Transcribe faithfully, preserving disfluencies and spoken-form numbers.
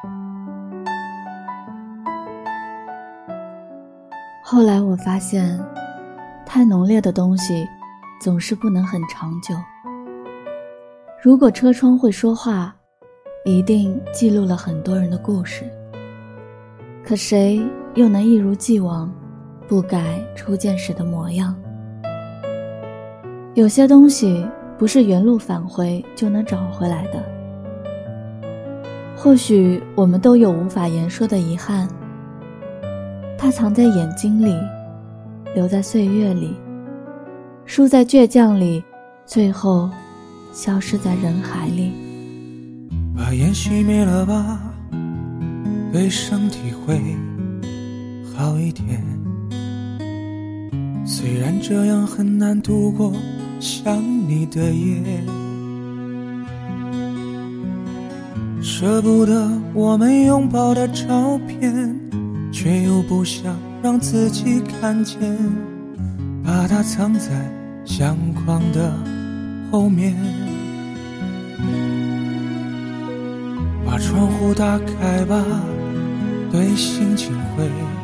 后来我发现，太浓烈的东西总是不能很长久。如果车窗会说话，一定记录了很多人的故事，可谁又能一如既往不改初见时的模样？有些东西不是原路返回就能找回来的。或许我们都有无法言说的遗憾，它藏在眼睛里，留在岁月里，输在倔强里，最后消失在人海里。 把烟熄灭了吧，对身体会好一点。虽然这样很难度过想你的夜，舍不得我们拥抱的照片，却又不想让自己看见，把它藏在相框的后面。把窗户打开吧，对心情会